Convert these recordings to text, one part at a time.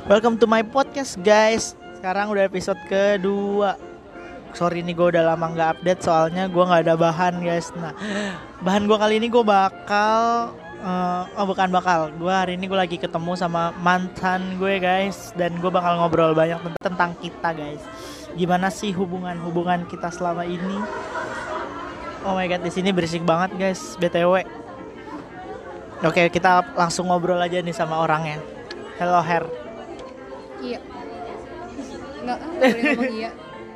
Welcome to my podcast guys. Sekarang udah episode kedua. Sorry nih gue udah lama gak update soalnya gue gak ada bahan guys. Nah bahan gue kali ini gue bakal gue hari ini gue lagi ketemu sama mantan gue guys. Dan gue bakal ngobrol banyak tentang kita guys. Gimana sih hubungan kita selama ini. Oh my god, di sini berisik banget guys, BTW. Oke, kita langsung ngobrol aja nih sama orangnya. Hello Her. Iya. Enggak boleh ngomong iya.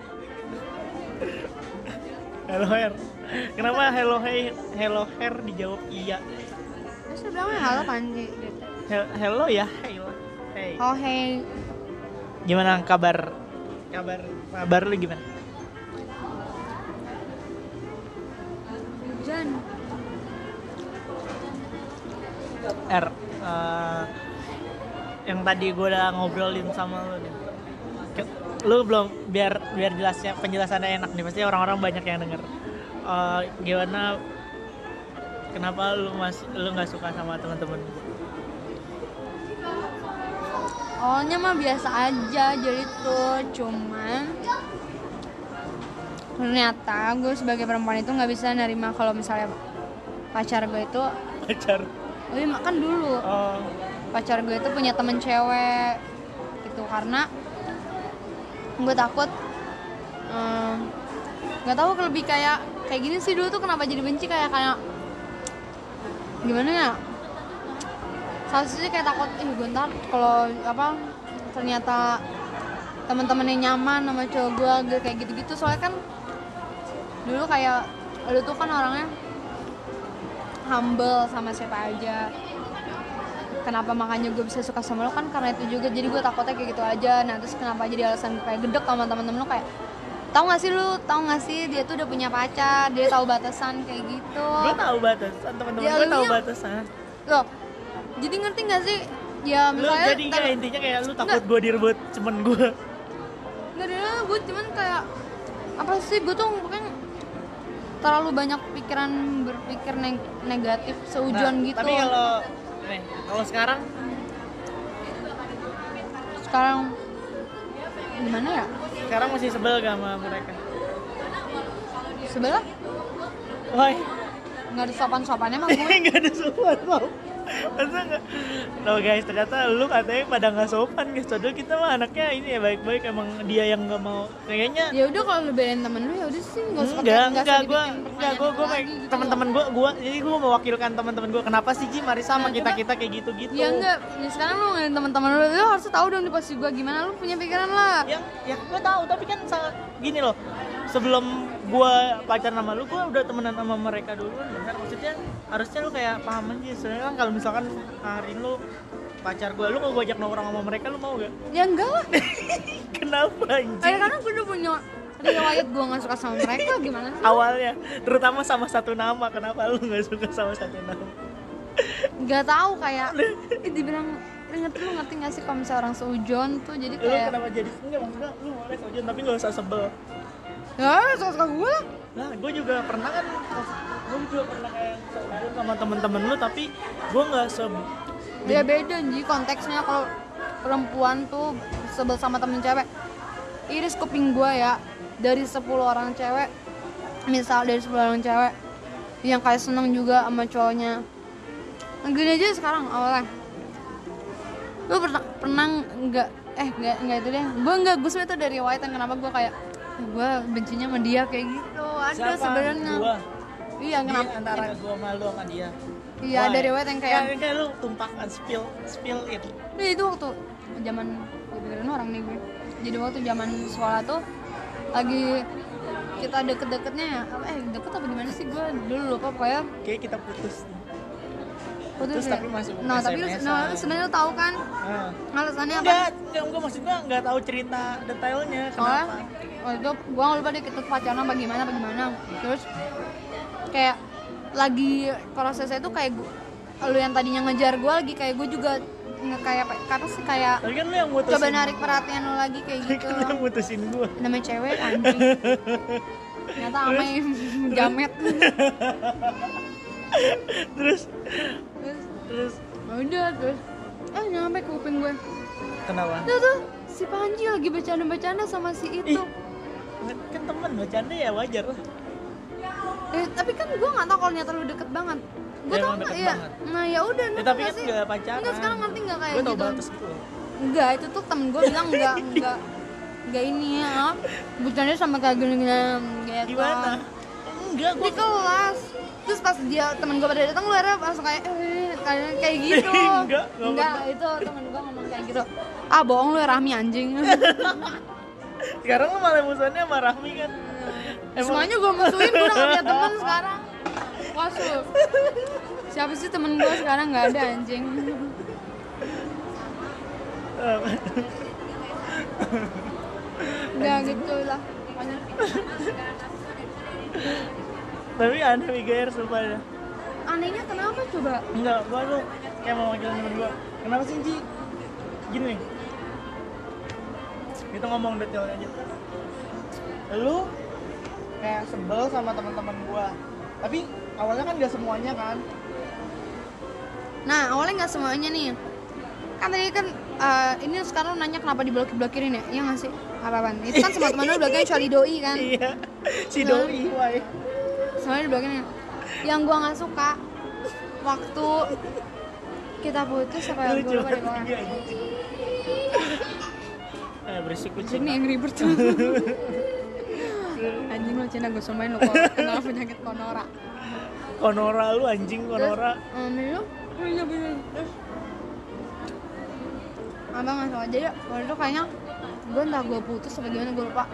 Hello Her. Kenapa hello Her dijawab iya? Terus lu bilangnya halo Panji gitu. Hello ya, hey. Oh hey. Gimana kabar lu gimana? Hujan. Yang tadi gue udah ngobrolin sama lu nih. Lu belum biar jelasnya penjelasannya enak nih, pasti orang-orang banyak yang denger. Gimana? Kenapa lu nggak suka sama teman-teman? Awalnya mah biasa aja jadi tuh, cuman ternyata gue sebagai perempuan itu nggak bisa nerima kalau misalnya pacar gue itu lebih makan dulu. Pacar gue itu punya temen cewek gitu, karena gue takut nggak tahu lebih kayak gini sih. Dulu tuh kenapa jadi benci kayak gimana ya, satu sisi kayak takut gue ntar kalau ternyata teman-temannya nyaman sama cowok gue kayak gitu-gitu. Soalnya kan dulu kayak lu tuh kan orangnya humble sama siapa aja. Kenapa makanya gue bisa suka sama lo kan karena itu juga. Jadi gue takutnya kayak gitu aja. Nah terus kenapa jadi alasan kayak gedek sama teman-teman lo, kayak tahu nggak sih dia tuh udah punya pacar, dia tahu batasan kayak gitu. Gue tahu batasan, teman-teman ya, gue tahu batasan. Lo jadi ngerti nggak sih ya, misalnya lu jadi kayak intinya kayak lu takut gue direbut cuman gue nggak direbut, cuman kayak apa sih, gue tuh pokoknya terlalu banyak berpikir negatif seujuan gitu. Tapi kalau sekarang gimana ya? Sekarang masih sebel gak sama mereka? Sebel? Why? Nggak ada sopan-sopannya mah gue. Nggak ada sopan. Masa nggak? Loh guys, ternyata lu katanya pada nggak sopan guys. Padahal kita mah anaknya ini ya baik-baik. Emang dia yang nggak mau kayaknya. Ya udah kalau lu belain temen lu ya udah sih nggak usah. Gue teman-teman gue jadi gue mewakilkan teman-teman gue. Kenapa sih Ji Marisa sama kita kayak gitu? Ya enggak, ya sekarang lu ngeliatin teman-teman lu harus tahu dong di posisi gue gimana. Lu punya pikiran lah. Ya gue tahu, tapi kan gini loh. Sebelum gue pacaran sama lu, gue udah temenan sama mereka dulu. Benar, maksudnya harusnya lu kayak paham aja. Sebenarnya kan kalau misalkan hari lu pacar gue, lu mau gue ajak nongkrong sama mereka, lu mau gak? Ya enggak lah. Kenapa anjing? Karena gue udah punya riwayat gue gak suka sama mereka, gimana sih? Awalnya, terutama sama satu nama, kenapa lu gak suka sama satu nama? Gak tahu, kayak dibilang ngerti gak sih kalau misalnya orang seujon tuh jadi kayak. Lu kenapa jadi? Enggak, maksudnya lu boleh seujon tapi gak usah sebel. Ya, suka gue lah. Nah, gue juga pernah kayak seujon sama temen-temen lu, tapi gue gak Ya beda Ji, konteksnya. Kalau perempuan tuh sebel sama temen cewek, iris kuping gue ya, dari 10 orang cewek, misal dari 10 orang cewek yang kayak seneng juga sama cowoknya, gini aja sekarang awalnya. Lu pernah nggak itu deh, gue sebenernya tuh dari riwayat yang kenapa gue kayak gue bencinya sama dia kayak gitu. Ada sebenarnya. Iya, kenapa antara gue sama lu sama dia? Iya, ada riwayat yang kayak lu tumpahkan spill it. Nah, itu waktu zaman gue pikirin orang nih gue. Jadi waktu zaman sekolah tuh lagi kita deket-deketnya ya, deket apa gimana sih, gue dulu lupa pokoknya. Kayak kita putus ya? Tapi masih nah tapi lu sebenarnya lu tahu kan alasannya apa? Enggak maksud gue nggak tahu cerita detailnya kenapa. Itu gue nggak lupa deh, kita pacaran bagaimana terus kayak lagi prosesnya itu kayak lu yang tadinya ngejar gue lagi, kayak gue juga kayak apa sih, kayak kan lu yang mutusin, coba narik perhatian lu lagi kayak gitu. Kan lu yang mutusin gue. Namanya cewek anjing. Ternyata amai jamet. Terus udah nyampe ke kuping gue. Kenapa? Tuh si Panji lagi bercanda-bercanda sama si itu. Kan temen bercanda ya wajar lah. Tapi kan gue nggak tahu kalau nyata lu deket banget. Gue tau nggak ya. Banget. Nah ya udah. Tapi kan nggak pacaran. Enggak, sekarang ngerti nggak kayak Gue gitu? tau batas gitu loh. Enggak, itu tuh temen gue bilang enggak ini ya. Bercanda sama kayak gini-gini gitu. Gimana? Enggak, Di kelas. Terus pas dia temen gue pada datang lu akhirnya langsung kayak gitu. Enggak, itu temen gue ngomong kayak gitu. Ah bohong lu ya Rahmi anjing. Sekarang lu malah musuhannya sama Rahmi kan? Semuanya gue musuhin, gue udah gak punya temen sekarang. Wasu. Siapa sih temen gue sekarang gak ada anjing. Udah gitu lah. Tapi aneh Migair sumpah ya. Anehnya kenapa coba? Enggak, gua tuh kayak mau wakilin temen gua. Kenapa sih Ji? Gini nih. Kita ngomong detail aja. Lu kayak sebel sama teman-teman gua. Tapi awalnya kan gak semuanya kan. Nah awalnya gak semuanya nih. Kan tadi kan ini sekarang lu nanya kenapa diblokir-blokirin ya? Iya gak sih? Apa-apaan? Itu kan semua temen lu blokirin kecuali Doi kan? Iya. Si Doi, why? Semuanya diblokirin. Yang gua gak suka waktu kita putus apa yang gue lupa deh pokoknya. Berisik kucing. Ini Angry Birds. Anjing lu Cina gue sumpahin lu kalau kenal penyakit konora. Konora lu anjing Konora. Terus abang nggak salah jadi waktu itu kayaknya gue entah gue putus apa gimana gue lupa.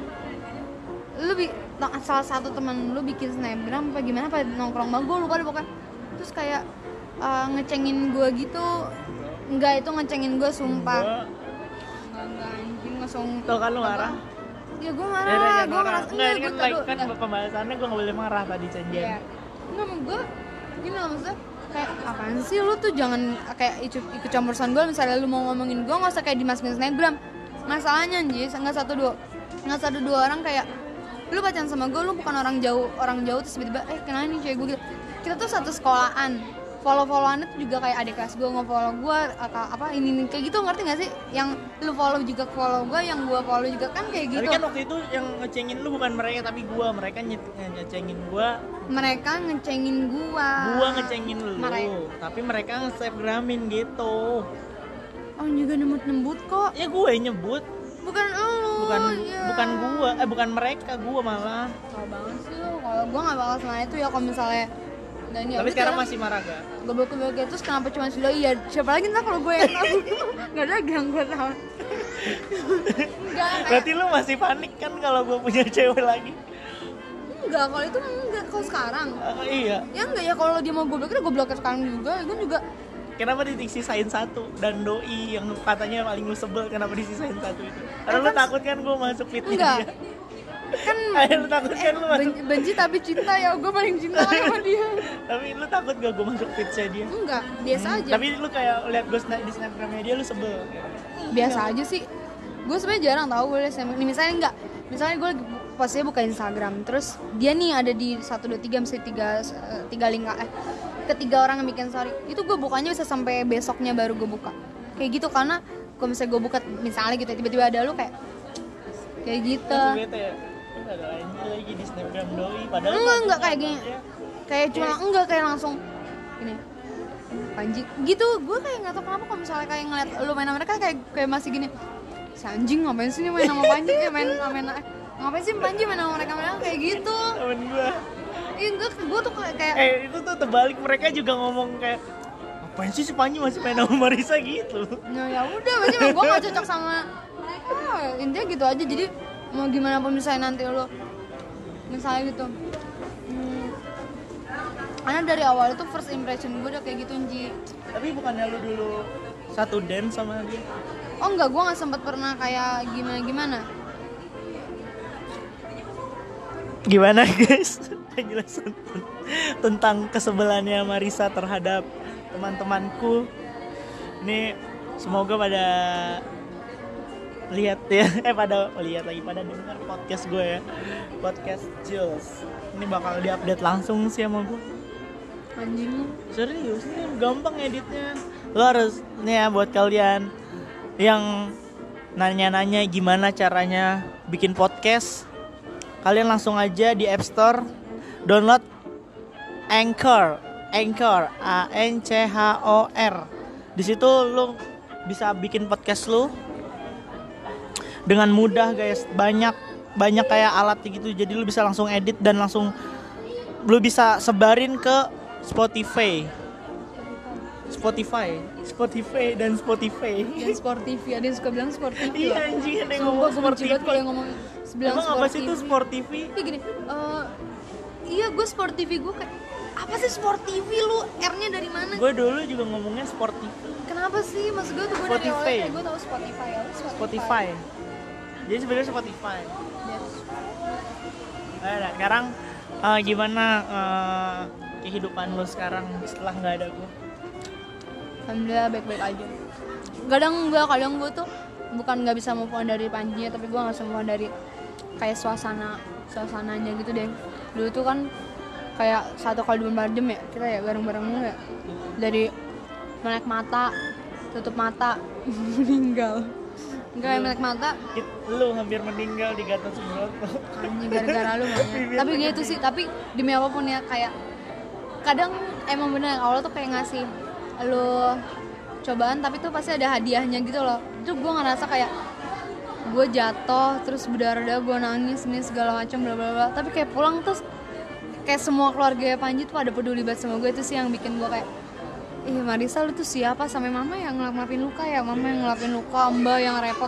Lu salah satu teman lu bikin snapgram apa gimana apa nongkrong sama gue lupa deh pokoknya. Terus kayak ngecengin gue gitu. Enggak, itu ngecengin gue sumpah. Enggak anjing langsung. Tuh kan lu marah. Ya gue marah, gue marah. Enggak, ini kan pembahasannya gue gak boleh marah tadi Cenjen. Iya. Enggak, gue gini loh maksudnya kayak apaan sih lu tuh jangan kayak ikut campur urusan gue. Misalnya lu mau ngomongin gue gak usah kayak dimasukin snapgram. Masalahnya anjir, nggak satu dua orang kayak lu pacaran sama gue, lu bukan orang jauh terus tiba-tiba kenalin nih cewek gue gitu. Kita tuh satu sekolahan, follow-followannya tuh juga kayak adik kelas gue nge-follow gue apa ini kayak gitu, ngerti gak sih? Yang lu follow juga follow gue, yang gue follow juga kan kayak gitu. Tapi kan waktu itu yang ngecengin lu bukan mereka tapi gue, mereka ngecengin gue. Mereka ngecengin gue. Gue ngecengin lu, tapi mereka nge-snapgramin gitu. Oh juga nembut kok. Ya gue nyebut. Bukan lu. Bukan gue, bukan mereka, gue malah. Kalau banget sih lu, kalau gue nggak bakal sama itu ya kalau misalnya. Dan ya tapi sekarang masih marah gak? Goblok terus kenapa cuma si Doi ya? Siapa lagi ntar kalau gue yang tahu? Nggak ada lagi yang gue tahu. Enggak. Berarti lu masih panik kan kalau gue punya cewek lagi? Enggak, kalau itu enggak, kalau sekarang. Iya. Ya enggak ya, kalau dia mau gue blokir sekarang juga. Gue juga. Kenapa disisain satu dan Doi yang katanya paling lu sebel kenapa disisain satu itu? Karena lu takut kan gue masuk fitnya dia. Kan lu takut kan lu masuk benci tapi cinta ya, gue paling cinta sama dia. Tapi lu takut gak gue masuk fitnya dia? Enggak, biasa aja. Tapi lu kayak lihat gue di snapgramnya dia lu sebel. Biasa aja sih. Gue sebenarnya jarang tahu gue liat snapgram. Misalnya gue posnya buka Instagram, terus dia nih ada di 1, 2, 3 misalnya 3 link ketiga orang yang bikin story. Itu gue bukanya bisa sampai besoknya baru gue buka. Kayak gitu karena kalau misalnya gue buka misalnya gitu tiba-tiba ada lu kayak gitu. Bete ya? Ada lainnya lagi di snapgram Doi padahal enggak kayak gini. Kayak cuma enggak kayak langsung gini. Panji gitu, gue kayak nggak tahu kenapa kalau misalnya kayak ngeliat lu main sama mereka kayak masih gini. Si anjing ngapain sih main sama Panji ngapain sih Panji main sama mereka kayak gitu. Temen gue. Iya gue tuh kayak itu tuh terbalik, mereka juga ngomong kayak apaan sih si Panji masih main sama Marisa gitu. Nah ya udah, berarti gue gak cocok sama mereka. Intinya gitu aja, jadi mau gimana pun misalnya nanti lo misalnya gitu. Karena dari awal itu first impression gue udah kayak gitu Nji. Tapi bukannya lu dulu satu dance sama dia? Oh enggak, gue gak sempet pernah kayak gimana. Gimana guys penjelasan tentang kesebelannya Marisa terhadap teman-temanku. Ini semoga pada lihat ya, pada dengar podcast gue ya, podcast Jules. Ini bakal diupdate langsung sih sama gue. Anjing lu. Serius, ini gampang editnya. Lo harus nih ya buat kalian yang nanya-nanya gimana caranya bikin podcast, kalian langsung aja di App Store download Anchor ANCHOR. Di situ lu bisa bikin podcast lu dengan mudah guys. Banyak kayak alat gitu, jadi lu bisa langsung edit dan langsung lu bisa sebarin ke Spotify dan Spotify. Yang Sportivi, ada yang suka bilang Sportivi. Iya anjing, ada yang Sumpah ngomong gue benci banget Sportify. kalau yang ngomong bilang Emang apa sih itu Sportivi. Sportify? Iya gini, iya gue Sportivi, gue kayak apa sih Sportivi, lu R-nya dari mana? Gue dulu juga ngomongnya Sportify. Kenapa sih? Maksud gue tuh gue dari awalnya Spotify. kayak gue tau Spotify ya. Spotify. Jadi sebenarnya Spotify. Nah, sekarang gimana kehidupan lu sekarang setelah nggak ada gue? Alhamdulillah baik-baik aja. Kadang gue tuh bukan nggak bisa move on dari Panji, tapi gue nggak move on dari kayak suasananya gitu deh. Dulu tuh kan kayak 1x24 jam ya kita ya bareng-bareng mulu ya. Dari melek mata, tutup mata, meninggal. Enggak ya melek mata. Lu hampir meninggal di Gatot Subroto. Anjing gara-gara lu banyak. Tapi gitu sih, tapi demi apapun ya kayak kadang emang bener Allah tuh kayak ngasih lu cobaan tapi tuh pasti ada hadiahnya gitu loh. Itu gue ngerasa kayak gue jatuh terus berdarah-darah, gue nangis nih segala macam bla bla bla, tapi kayak pulang terus kayak semua keluarga Panji tuh pada peduli banget sama gue. Itu sih yang bikin gue kayak ih Marisa lu tuh siapa, sampai mama yang ngelapin luka ya, mama yang ngelapin luka, mbak yang repot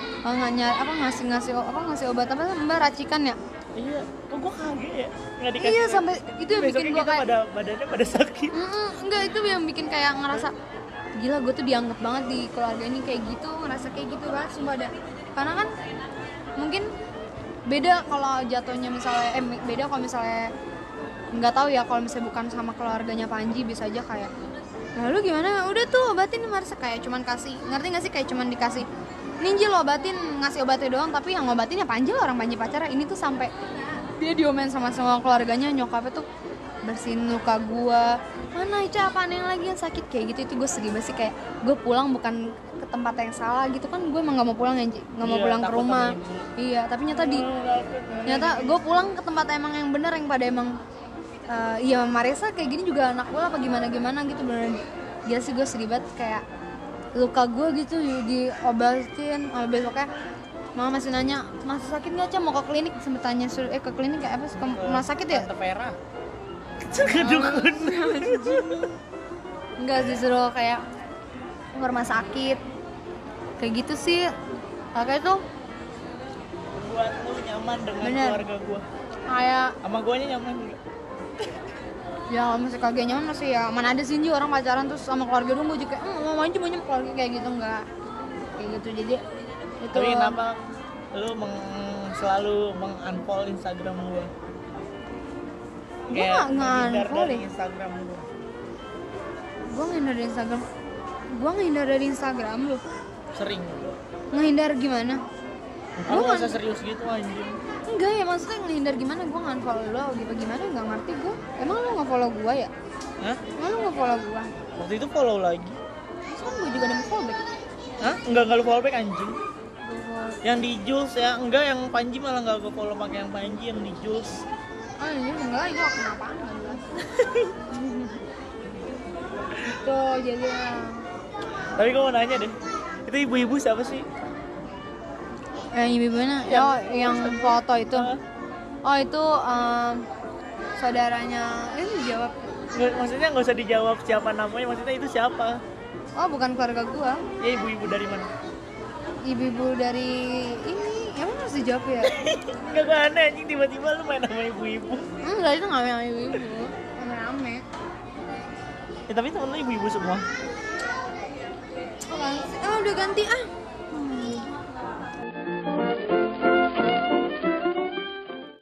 ngasih obat apa mbak racikan ya. Iya, kok gue kaget ya nggak dikasih. Iya sampai itu yang bikin gue kayak badannya pada sakit. Enggak, itu yang bikin kayak ngerasa gila gue tuh dianggap banget di keluarga ini kayak gitu, ngerasa kayak gitu banget sumpah ada. Karena kan mungkin beda kalau jatuhnya misalnya beda kalau misalnya nggak tahu ya, kalau misalnya bukan sama keluarganya Panji bisa aja kayak lalu gimana udah tuh obatin Marisa, kayak cuman kasih, ngerti nggak sih, kayak cuman dikasih Ninja lo obatin, ngasih obatnya doang, tapi yang ngobatin ya Panji lah, orang Panji pacarnya. Ini tuh sampai dia diomelin sama semua keluarganya, nyokapnya tuh bersihin luka gua, mana Ica apaan yang lagi yang sakit kayak gitu. Itu gue sedih banget sih, kayak gue pulang bukan ke tempat yang salah gitu kan, gue emang nggak mau pulang ya, nggak mau pulang ke rumah. Iya, tapi nyata gue pulang ke tempat emang yang bener, yang pada emang iya Marisa kayak gini juga anak gue apa gimana gitu, beneran gila sih. Gue sedih banget kayak luka gue gitu diobatin. Besoknya mama masih nanya masih sakit nggak Cah, mau ke klinik, sempet tanya ke klinik kayak apa, ke rumah sakit ya Tante Vera enggak, disuruh kayak ke rumah sakit kayak gitu sih. Kayak tuh buat lu nyaman dengan keluarga gue, kayak sama guanya nyaman juga. ya masih kagak nyaman masih ya, mana ada sih orang pacaran terus sama keluarga dong. Gue juga mau main cuma keluarga kayak gitu, enggak kayak gitu. Jadi itu Tapi kenapa lu selalu unfollow Instagram gue? Gue nggak unfollow dari deh. Instagram gue. Gue ngehindar dari Instagram. Gue ngehindar dari Instagram lu. Sering. Ngehindar gimana? Lu nggak usah serius gitu anjing. Enggak ya, maksudnya ngehindar gimana? Gue nge-unfollow lo gitu gimana? Nggak ngerti gue. Emang lu nge-follow gue ya? Hah? Emang lu nge-follow gue? Waktu itu follow lagi. Terus kan gue juga ada follow back. Hah? Enggak lu follow back anjing. Yang di Jules ya, enggak yang Panji malah enggak gue follow pakai yang Panji, yang di Jules. Oh iya, enggak lah, itu kenapaan enggak jelas. Itu jadi Tapi gue mau nanya deh, itu ibu-ibu siapa sih? yang ibu-ibunya, yang foto itu. Oh itu saudaranya, ini jawab. Maksudnya nggak usah dijawab siapa namanya, maksudnya itu siapa? Oh bukan keluarga gua. Ya ibu-ibu dari mana? Ibu-ibu dari ini, emang harus dijawab ya? Enggak aneh anjing, tiba-tiba lu main sama ibu-ibu. Enggak, itu nggak yang ibu-ibu, rame-rame. Ya tapi temen lu ibu-ibu semua. Oh, udah ganti ah.